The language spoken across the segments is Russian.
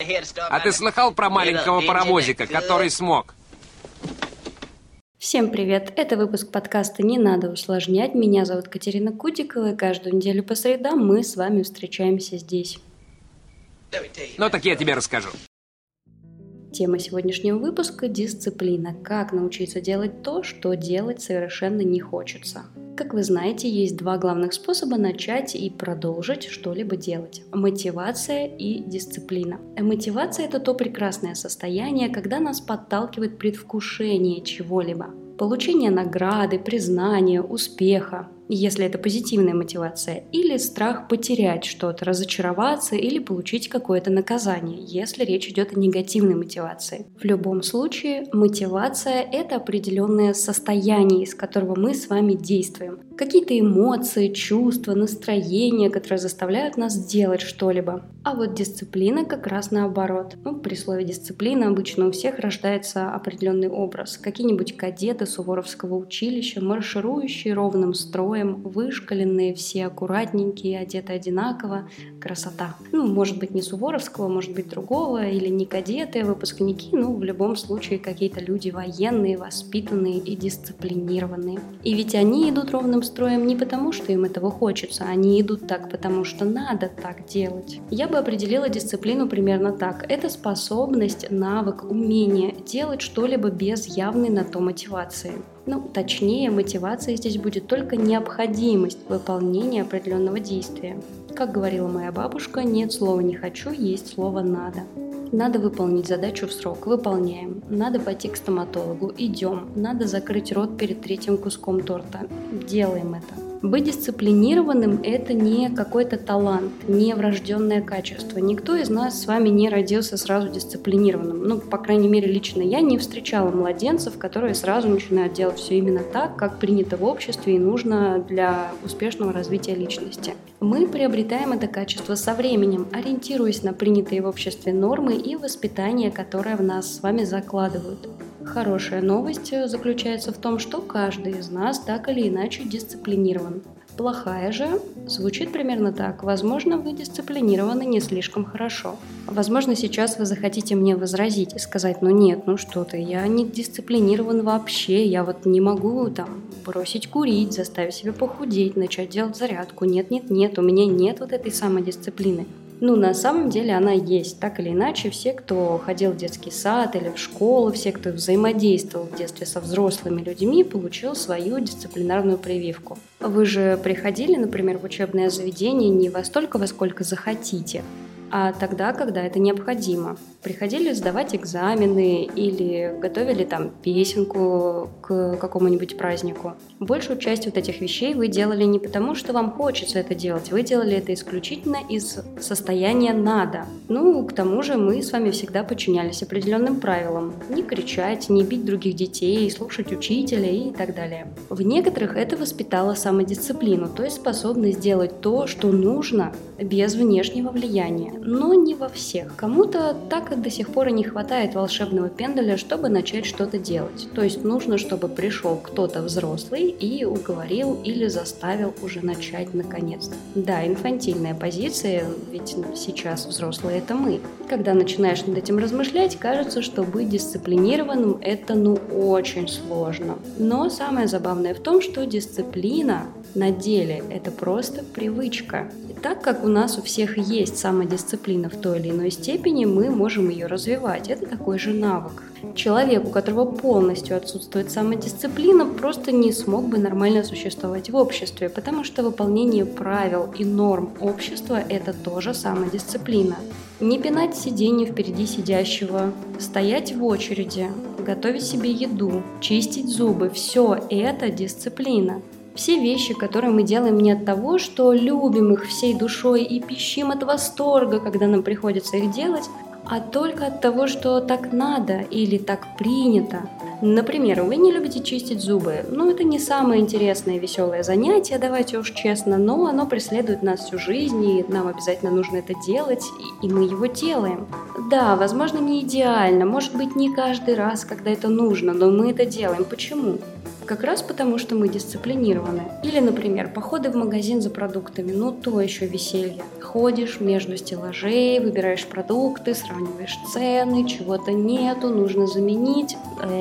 А ты слыхал про маленького паровозика, который смог? Всем привет! Это выпуск подкаста «Не надо усложнять». Меня зовут Катерина Кутикова, и каждую неделю по средам мы с вами встречаемся здесь. Ну так я тебе расскажу. Тема сегодняшнего выпуска – дисциплина. Как научиться делать то, что делать совершенно не хочется. Как вы знаете, есть два главных способа начать и продолжить что-либо делать – мотивация и дисциплина. Мотивация – это то прекрасное состояние, когда нас подталкивает предвкушение чего-либо. Получение награды, признания, успеха, если это позитивная мотивация, или страх потерять что-то, разочароваться или получить какое-то наказание, если речь идет о негативной мотивации. В любом случае, мотивация – это определенное состояние, из которого мы с вами действуем. Какие-то эмоции, чувства, настроения, которые заставляют нас делать что-либо. А вот дисциплина как раз наоборот. При слове «дисциплина» обычно у всех рождается определенный образ. Какие-нибудь кадеты Суворовского училища, марширующие ровным строем, вышкаленные, все аккуратненькие, одеты одинаково. Красота. Может быть, не Суворовского, может быть, другого, или не кадеты, а выпускники, в любом случае какие-то люди военные, воспитанные и дисциплинированные. И ведь они идут ровным строем не потому, что им этого хочется, они идут так, потому что надо так делать. Я бы определила дисциплину примерно так. Это способность, навык, умение делать что-либо без явной на то мотивации. Точнее, мотивация здесь будет только необходимость выполнения определенного действия. Как говорила моя бабушка, нет слова «не хочу», есть слово «надо». Надо выполнить задачу в срок, выполняем. Надо пойти к стоматологу, идем. Надо закрыть рот перед третьим куском торта, делаем это. Быть дисциплинированным – это не какой-то талант, не врожденное качество. Никто из нас с вами не родился сразу дисциплинированным. По крайней мере, лично я не встречала младенцев, которые сразу начинают делать все именно так, как принято в обществе и нужно для успешного развития личности. Мы приобретаем это качество со временем, ориентируясь на принятые в обществе нормы и воспитание, которое в нас с вами закладывают. Хорошая новость заключается в том, что каждый из нас так или иначе дисциплинирован. Плохая же звучит примерно так. Возможно, вы дисциплинированы не слишком хорошо. Возможно, сейчас вы захотите мне возразить и сказать: нет, что ты, я не дисциплинирован вообще, я не могу бросить курить, заставить себя похудеть, начать делать зарядку. Нет, у меня нет этой самодисциплины. На самом деле она есть. Так или иначе, все, кто ходил в детский сад или в школу, все, кто взаимодействовал в детстве со взрослыми людьми, получил свою дисциплинарную прививку. Вы же приходили, например, в учебное заведение не во столько, во сколько захотите, а тогда, когда это необходимо. Приходили сдавать экзамены или готовили песенку к какому-нибудь празднику. Большую часть этих вещей вы делали не потому, что вам хочется это делать, вы делали это исключительно из состояния «надо». К тому же мы с вами всегда подчинялись определенным правилам. Не кричать, не бить других детей, слушать учителя и так далее. В некоторых это воспитало самодисциплину, то есть способность делать то, что нужно, без внешнего влияния. Но не во всех. Кому-то так и до сих пор и не хватает волшебного пенделя, чтобы начать что-то делать. То есть нужно, чтобы пришел кто-то взрослый и уговорил или заставил уже начать наконец-то. Да, инфантильная позиция, ведь сейчас взрослые – это мы. Когда начинаешь над этим размышлять, кажется, что быть дисциплинированным – это очень сложно. Но самое забавное в том, что дисциплина на деле – это просто привычка. И так как у нас у всех есть самодисциплина в той или иной степени, мы можем ее развивать. Это такой же навык. Человек, у которого полностью отсутствует самодисциплина, просто не смог бы нормально существовать в обществе, потому что выполнение правил и норм общества – это тоже самодисциплина. Не пинать сиденье впереди сидящего, стоять в очереди, готовить себе еду, чистить зубы – все это дисциплина. Все вещи, которые мы делаем не от того, что любим их всей душой и пищим от восторга, когда нам приходится их делать, а только от того, что так надо или так принято. Например, вы не любите чистить зубы. Это не самое интересное и веселое занятие, давайте уж честно, но оно преследует нас всю жизнь, и нам обязательно нужно это делать, и мы его делаем. Да, возможно, не идеально, может быть, не каждый раз, когда это нужно, но мы это делаем. Почему? Как раз потому, что мы дисциплинированы. Или, например, походы в магазин за продуктами, то еще веселье. ходишь между стеллажей, выбираешь продукты, сравниваешь цены, чего-то нету, нужно заменить.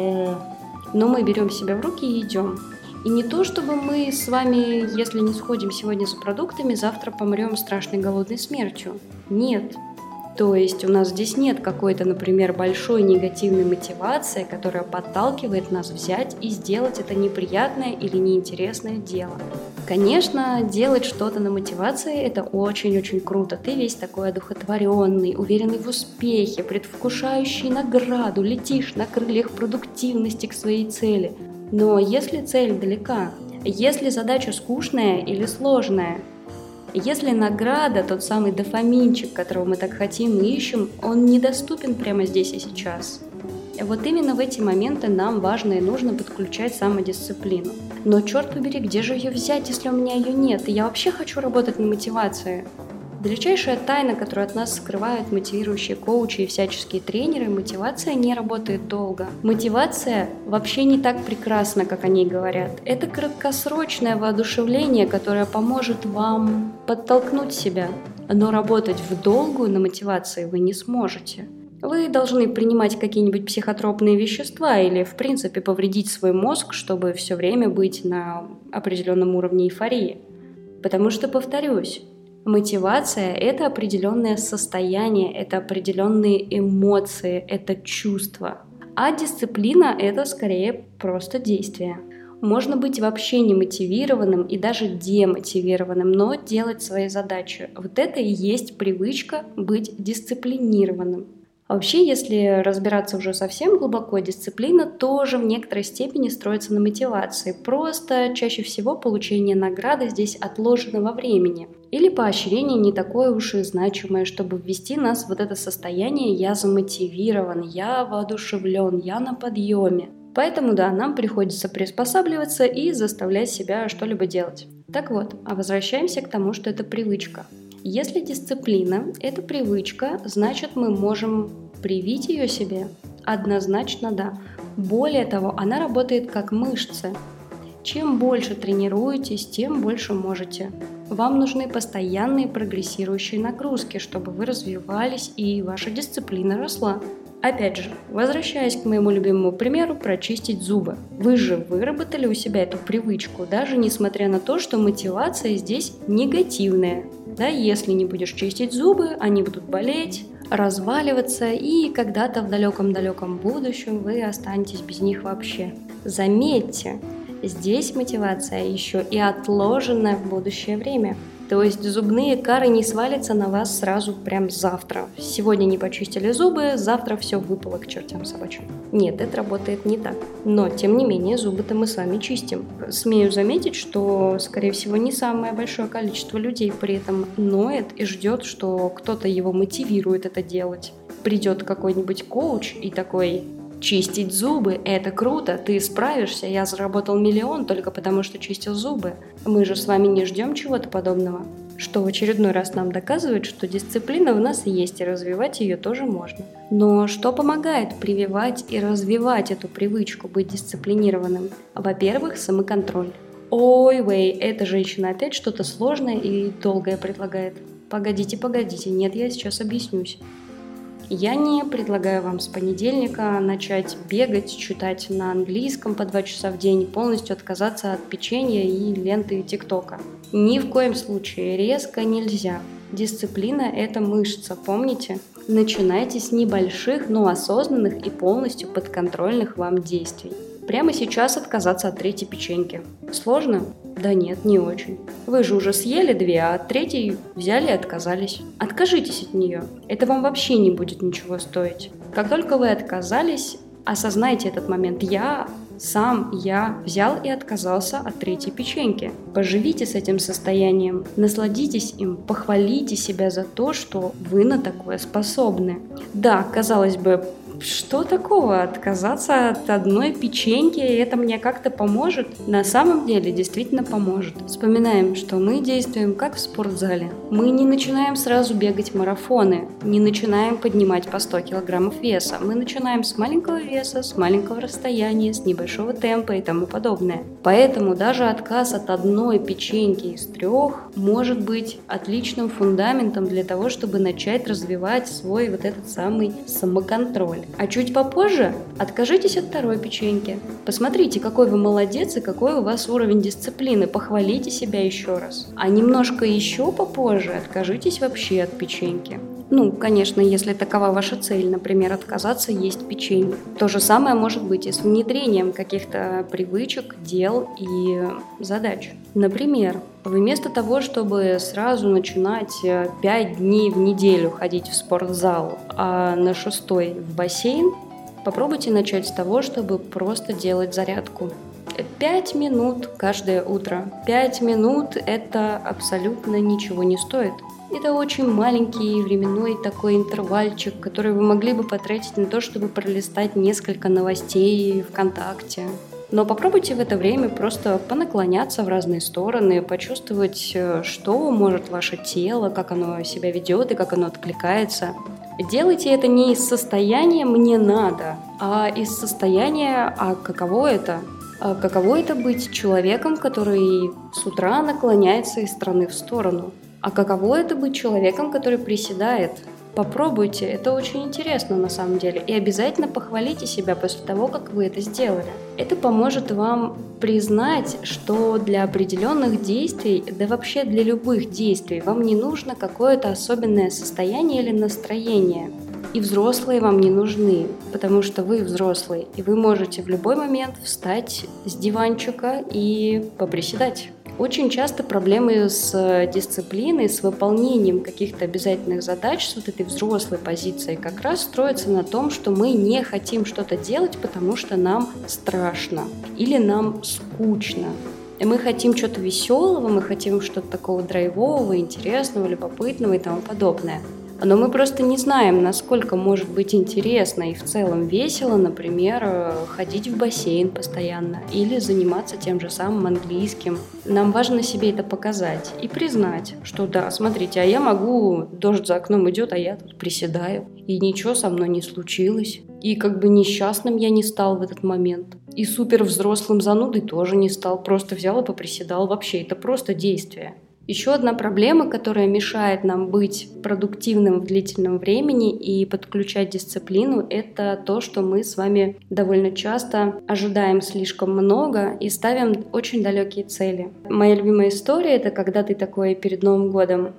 Но мы берем себя в руки и идем. И не то, чтобы мы с вами, если не сходим сегодня за продуктами, завтра помрем страшной голодной смертью. Нет. То есть у нас здесь нет какой-то, например, большой негативной мотивации, которая подталкивает нас взять и сделать это неприятное или неинтересное дело. Конечно, делать что-то на мотивации – это очень-очень круто. Ты весь такой одухотворенный, уверенный в успехе, предвкушающий награду, летишь на крыльях продуктивности к своей цели. Но если цель далека, если задача скучная или сложная, если награда, тот самый дофаминчик, которого мы так хотим и ищем, он недоступен прямо здесь и сейчас. Вот именно в эти моменты нам важно и нужно подключать самодисциплину. Но черт побери, где же ее взять, если у меня ее нет? И я вообще хочу работать на мотивации. Величайшая тайна, которую от нас скрывают мотивирующие коучи и всяческие тренеры, мотивация не работает долго. Мотивация вообще не так прекрасна, как о ней говорят. Это краткосрочное воодушевление, которое поможет вам подтолкнуть себя. Но работать в долгую на мотивации вы не сможете. Вы должны принимать какие-нибудь психотропные вещества или, в принципе, повредить свой мозг, чтобы все время быть на определенном уровне эйфории. Потому что, повторюсь, мотивация – это определенное состояние, это определенные эмоции, это чувства. А дисциплина – это скорее просто действие. Можно быть вообще не мотивированным и даже демотивированным, но делать свои задачи. Вот это и есть привычка быть дисциплинированным. А вообще, если разбираться уже совсем глубоко, дисциплина тоже в некоторой степени строится на мотивации. Просто чаще всего получение награды здесь отложено во времени. Или поощрение не такое уж и значимое, чтобы ввести нас в вот это состояние «я замотивирован», «я воодушевлен», «я на подъеме». Поэтому да, нам приходится приспосабливаться и заставлять себя что-либо делать. Так вот, а возвращаемся к тому, что это привычка. Если дисциплина – это привычка, значит мы можем привить ее себе? Однозначно да. Более того, она работает как мышцы. Чем больше тренируетесь, тем больше можете. Вам нужны постоянные прогрессирующие нагрузки, чтобы вы развивались и ваша дисциплина росла. Опять же, возвращаясь к моему любимому примеру, прочистить зубы. Вы же выработали у себя эту привычку, даже несмотря на то, что мотивация здесь негативная. Да, если не будешь чистить зубы, они будут болеть, разваливаться, и когда-то в далеком-далеком будущем вы останетесь без них вообще. Заметьте, здесь мотивация еще и отложена в будущее время. То есть зубные кары не свалятся на вас сразу прям завтра. Сегодня не почистили зубы, завтра все выпало к чертям собачьим. Нет, это работает не так. Но, тем не менее, зубы-то мы с вами чистим. Смею заметить, что, скорее всего, не самое большое количество людей при этом ноет и ждет, что кто-то его мотивирует это делать. Придет какой-нибудь коуч и такой: чистить зубы – это круто, ты справишься, я заработал 1 миллион только потому, что чистил зубы. Мы же с вами не ждем чего-то подобного. Что в очередной раз нам доказывает, что дисциплина в нас есть, и развивать ее тоже можно. Но что помогает прививать и развивать эту привычку быть дисциплинированным? Во-первых, самоконтроль. Ой, эта женщина опять что-то сложное и долгое предлагает. Погодите, нет, я сейчас объяснюсь. Я не предлагаю вам с понедельника начать бегать, читать на английском по 2 часа в день, полностью отказаться от печенья и ленты ТикТока. Ни в коем случае, резко нельзя. Дисциплина – это мышца, помните? Начинайте с небольших, но осознанных и полностью подконтрольных вам действий. Прямо сейчас отказаться от 3-й печеньки. Сложно? Да нет, не очень. Вы же уже съели 2, а от 3-й взяли и отказались. Откажитесь от нее. Это вам вообще не будет ничего стоить. Как только вы отказались, осознайте этот момент. Я взял и отказался от 3-й печеньки. Поживите с этим состоянием, насладитесь им, похвалите себя за то, что вы на такое способны. Да, казалось бы, Что такого? Отказаться от одной печеньки, это мне как-то поможет? На самом деле действительно поможет. Вспоминаем, что мы действуем как в спортзале. Мы не начинаем сразу бегать марафоны, не начинаем поднимать по 100 килограммов веса. Мы начинаем с маленького веса, с маленького расстояния, с небольшого темпа и тому подобное. Поэтому даже отказ от одной печеньки из 3 может быть отличным фундаментом для того, чтобы начать развивать свой вот этот самый самоконтроль. А чуть попозже откажитесь от 2 печеньки. Посмотрите, какой вы молодец и какой у вас уровень дисциплины. Похвалите себя еще раз. А немножко еще попозже откажитесь вообще от печеньки. Ну, конечно, если такова ваша цель, например, отказаться есть печенье. То же самое может быть и с внедрением каких-то привычек, дел и задач. Например, вместо того, чтобы сразу начинать 5 дней в неделю ходить в спортзал, а на 6-й в бассейн, попробуйте начать с того, чтобы просто делать зарядку. 5 минут каждое утро. 5 минут – это абсолютно ничего не стоит. Это очень маленький временной такой интервальчик, который вы могли бы потратить на то, чтобы пролистать несколько новостей ВКонтакте. Но попробуйте в это время просто понаклоняться в разные стороны, почувствовать, что может ваше тело, как оно себя ведет и как оно откликается. Делайте это не из состояния «мне надо», а из состояния «а каково это?». А каково это быть человеком, который с утра наклоняется из стороны в сторону? А каково это быть человеком, который приседает? Попробуйте, это очень интересно на самом деле. И обязательно похвалите себя после того, как вы это сделали. Это поможет вам признать, что для определенных действий, да вообще для любых действий, вам не нужно какое-то особенное состояние или настроение. И взрослые вам не нужны, потому что вы взрослый, и вы можете в любой момент встать с диванчика и поприседать. Очень часто проблемы с дисциплиной, с выполнением каких-то обязательных задач, с вот этой взрослой позицией как раз строятся на том, что мы не хотим что-то делать, потому что нам страшно или нам скучно. И мы хотим чего-то веселого, мы хотим что-то такого драйвового, интересного, любопытного и тому подобное. Но мы просто не знаем, насколько может быть интересно и в целом весело, например, ходить в бассейн постоянно или заниматься тем же самым английским. Нам важно себе это показать и признать, что да, смотрите, а я могу, дождь за окном идет, а я тут приседаю, и ничего со мной не случилось. И как бы несчастным я не стал в этот момент. И супер взрослым занудой тоже не стал, просто взял и поприседал. Вообще, это просто действие. Еще одна проблема, которая мешает нам быть продуктивным в длительном времени и подключать дисциплину, это то, что мы с вами довольно часто ожидаем слишком много и ставим очень далекие цели. Моя любимая история – это когда ты такой перед Новым годом: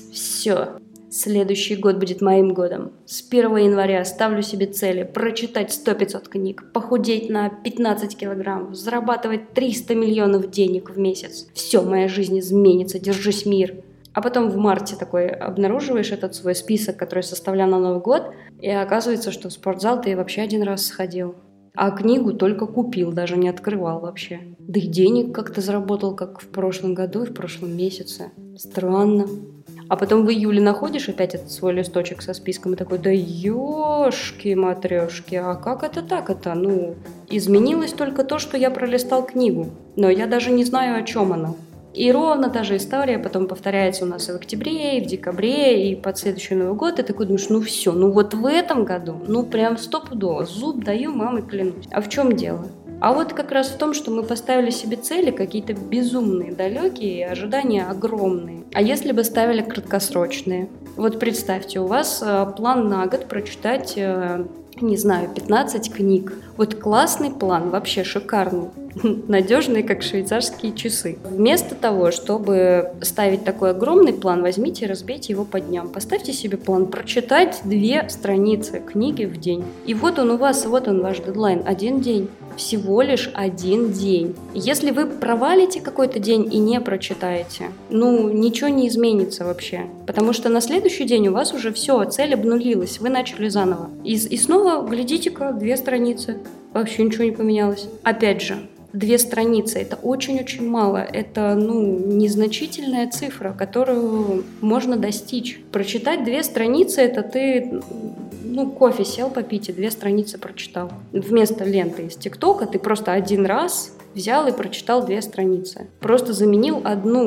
все, следующий год будет моим годом. С 1 января ставлю себе цели прочитать 100-500 книг, похудеть на 15 килограмм, зарабатывать 300 миллионов денег в месяц. Все, моя жизнь изменится, держись, мир. А потом в марте такой обнаруживаешь этот свой список, который составлял на Новый год, и оказывается, что в спортзал ты вообще 1 раз сходил. А книгу только купил, даже не открывал вообще. Да и денег как-то заработал, как в прошлом году и в прошлом месяце. Странно. А потом в июле находишь опять этот свой листочек со списком и такой: да ёшки-матрёшки, а как это так это? Ну, изменилось только то, что я пролистал книгу, но я даже не знаю, о чем она. И ровно та же история потом повторяется у нас и в октябре, и в декабре, и под следующий Новый год. И такой думаешь: ну все, ну вот в этом году, ну прям стопудово, зуб даю, мамой клянусь. А в чем дело? А вот как раз в том, что мы поставили себе цели какие-то безумные, далекие, и ожидания огромные. А если бы ставили краткосрочные? Вот представьте, у вас план на год прочитать, не знаю, 15 книг. Вот классный план, вообще шикарный. Надежные, как швейцарские часы. Вместо того, чтобы ставить такой огромный план, возьмите и разбейте его по дням. Поставьте себе план прочитать 2 страницы книги в день. И вот он у вас, вот он ваш дедлайн. 1 день. Всего лишь 1 день. Если вы провалите какой-то день и не прочитаете, ну, ничего не изменится вообще. Потому что на следующий день у вас уже все, цель обнулилась, вы начали заново. И снова, глядите-ка, 2 страницы. Вообще ничего не поменялось. Опять же, 2 страницы – это очень-очень мало. Это, незначительная цифра, которую можно достичь. Прочитать 2 страницы – это ты кофе сел попить и 2 страницы прочитал. Вместо ленты из ТикТока ты просто один раз взял и прочитал 2 страницы. Просто заменил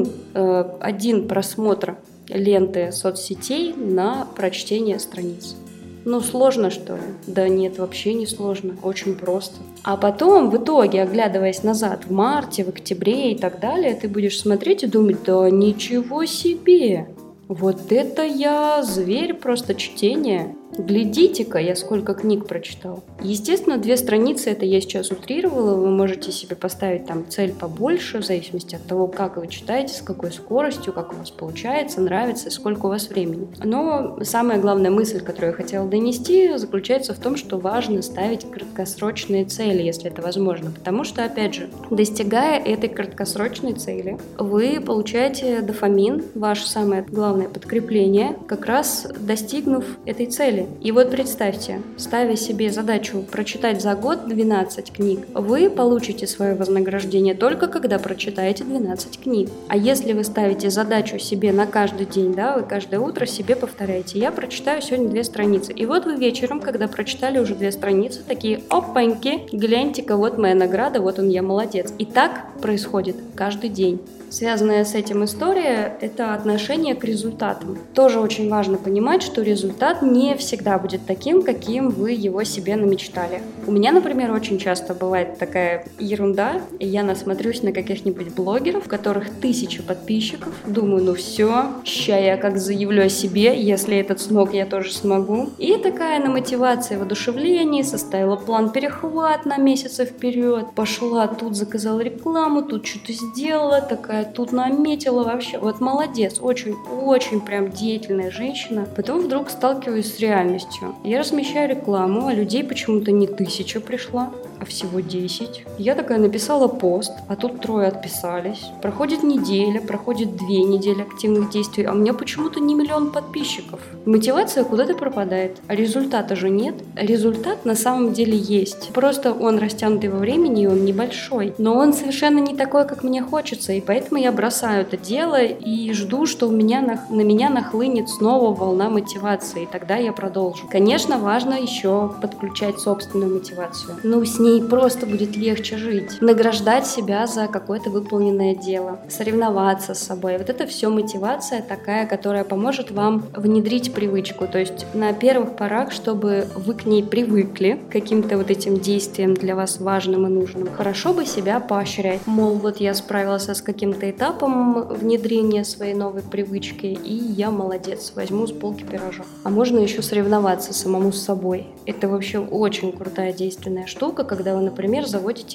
один просмотр ленты соцсетей на прочтение страниц. Сложно, что ли? Да нет, вообще не сложно, очень просто. А потом, в итоге, оглядываясь назад, в марте, в октябре и так далее, ты будешь смотреть и думать: да ничего себе! Вот это я зверь просто чтения. Глядите-ка, я сколько книг прочитал. Естественно, 2 страницы, это я сейчас утрировала, вы можете себе поставить там цель побольше, в зависимости от того, как вы читаете, с какой скоростью, как у вас получается, нравится и сколько у вас времени. Но самая главная мысль, которую я хотела донести, заключается в том, что важно ставить краткосрочные цели, если это возможно, потому что, опять же, достигая этой краткосрочной цели, вы получаете дофамин, ваше самое главное подкрепление, как раз достигнув этой цели. И вот представьте, ставя себе задачу прочитать за год 12 книг, вы получите свое вознаграждение только когда прочитаете 12 книг. А если вы ставите задачу себе на каждый день, да, вы каждое утро себе повторяете: я прочитаю сегодня 2 страницы. И вот вы вечером, когда прочитали уже 2 страницы, такие: опаньки, гляньте-ка, вот моя награда, вот я молодец. И так происходит каждый день. Связанная с этим история – это отношение к результатам. Тоже очень важно понимать, что результат не всегда будет таким, каким вы его себе намечтали. У меня, например, очень часто бывает такая ерунда, и я насмотрюсь на каких-нибудь блогеров, у которых 1000 подписчиков, думаю: все, ща я как заявлю о себе, если этот смог, я тоже смогу. И такая на мотивации, воодушевлении составила план перехват на месяцы вперед, пошла тут, заказала рекламу, тут что-то сделала, такая тут наметила вообще. Вот молодец, очень прям деятельная женщина. Потом вдруг сталкиваюсь с реальностью. Я размещаю рекламу, а людей почему-то не 1000 пришла, а всего 10. Я такая написала пост, а тут 3 отписались. Проходит неделя, проходит 2 недели активных действий, а у меня почему-то не 1 000 000 подписчиков. Мотивация куда-то пропадает, а результата же нет. Результат на самом деле есть. Просто он растянутый во времени, и он небольшой. Но он совершенно не такой, как мне хочется, и поэтому я бросаю это дело и жду, что на меня нахлынет снова волна мотивации, и тогда я продолжу. Конечно, важно еще подключать собственную мотивацию. С ней просто будет легче жить. Награждать себя за какое-то выполненное дело, соревноваться с собой. Вот это все мотивация такая, которая поможет вам внедрить привычку. То есть на первых порах, чтобы вы к ней привыкли, к каким-то вот этим действиям для вас важным и нужным, хорошо бы себя поощрять. Мол, вот я справилась с каким-то этапом внедрения своей новой привычки, и я молодец, возьму с полки пирожок. А можно еще соревноваться самому с собой. Это вообще очень крутая действенная штука, когда вы, например, заводите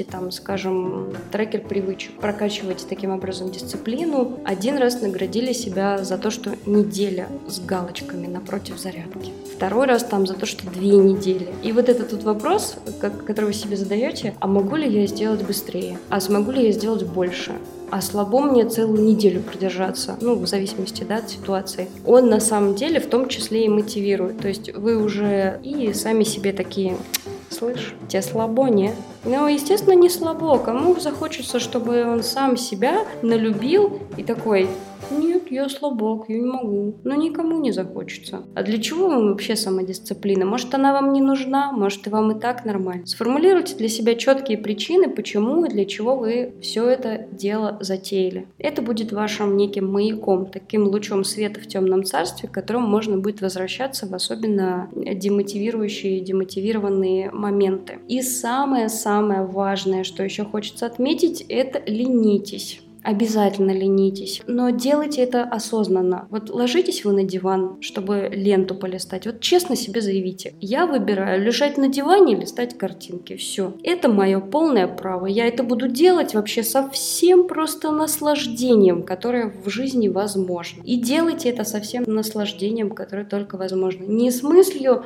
трекер привычек, прокачиваете таким образом дисциплину. 1 раз наградили себя за то, что неделя с галочками напротив зарядки. 2 раз за то, что 2 недели. И вот этот вот вопрос, который вы себе задаете: а могу ли я сделать быстрее? А смогу ли я сделать больше? А слабо мне целую неделю продержаться, в зависимости, от ситуации. Он на самом деле в том числе и мотивирует. То есть вы уже и сами себе такие: слышь, тебе слабо, не? Естественно, не слабо. Кому захочется, чтобы он сам себя налюбил и такой: нет, я слабак, я не могу. Никому не захочется. А для чего вам вообще самодисциплина? Может, она вам не нужна, может, и вам и так нормально. Сформулируйте для себя четкие причины, почему и для чего вы все это дело затеяли. Это будет вашим неким маяком, таким лучом света в темном царстве, к которому можно будет возвращаться в особенно демотивирующие, демотивированные моменты. И самое важное, что еще хочется отметить, это ленитесь. Обязательно ленитесь, но делайте это осознанно. Вот ложитесь вы на диван, чтобы ленту полистать. Вот честно себе заявите: я выбираю лежать на диване и листать картинки. Все. Это мое полное право. Я это буду делать вообще со всем просто наслаждением, которое в жизни возможно. И делайте это со всем наслаждением, которое только возможно. Не с мыслью: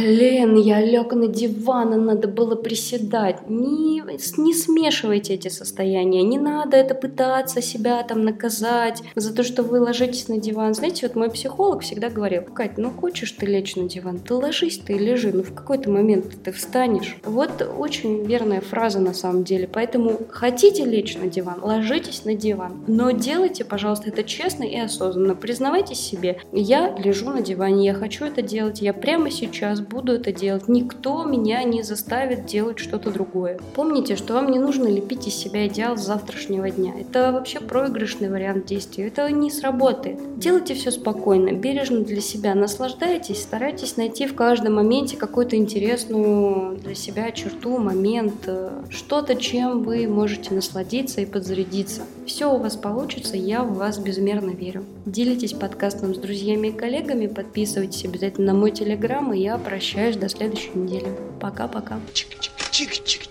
я лег на диван, а надо было приседать. Не смешивайте эти состояния. Не надо это пытаться постараться себя там наказать за то, что вы ложитесь на диван. Знаете, вот мой психолог всегда говорил: Кать, ну хочешь ты лечь на диван, ты ложись, ты лежи, ну в какой-то момент ты встанешь. Вот очень верная фраза на самом деле. Поэтому хотите лечь на диван, ложитесь на диван. Но делайте, пожалуйста, это честно и осознанно. Признавайтесь себе: я лежу на диване, я хочу это делать, я прямо сейчас буду это делать. Никто меня не заставит делать что-то другое. Помните, что вам не нужно лепить из себя идеал с завтрашнего дня. Это вообще проигрышный вариант действий. Это не сработает. Делайте все спокойно, бережно для себя. Наслаждайтесь, старайтесь найти в каждом моменте какую-то интересную для себя черту, момент, что-то, чем вы можете насладиться и подзарядиться. Все у вас получится, я в вас безмерно верю. Делитесь подкастом с друзьями и коллегами, подписывайтесь обязательно на мой телеграм, и я прощаюсь до следующей недели. Пока-пока. Чик-чик-чик-чик.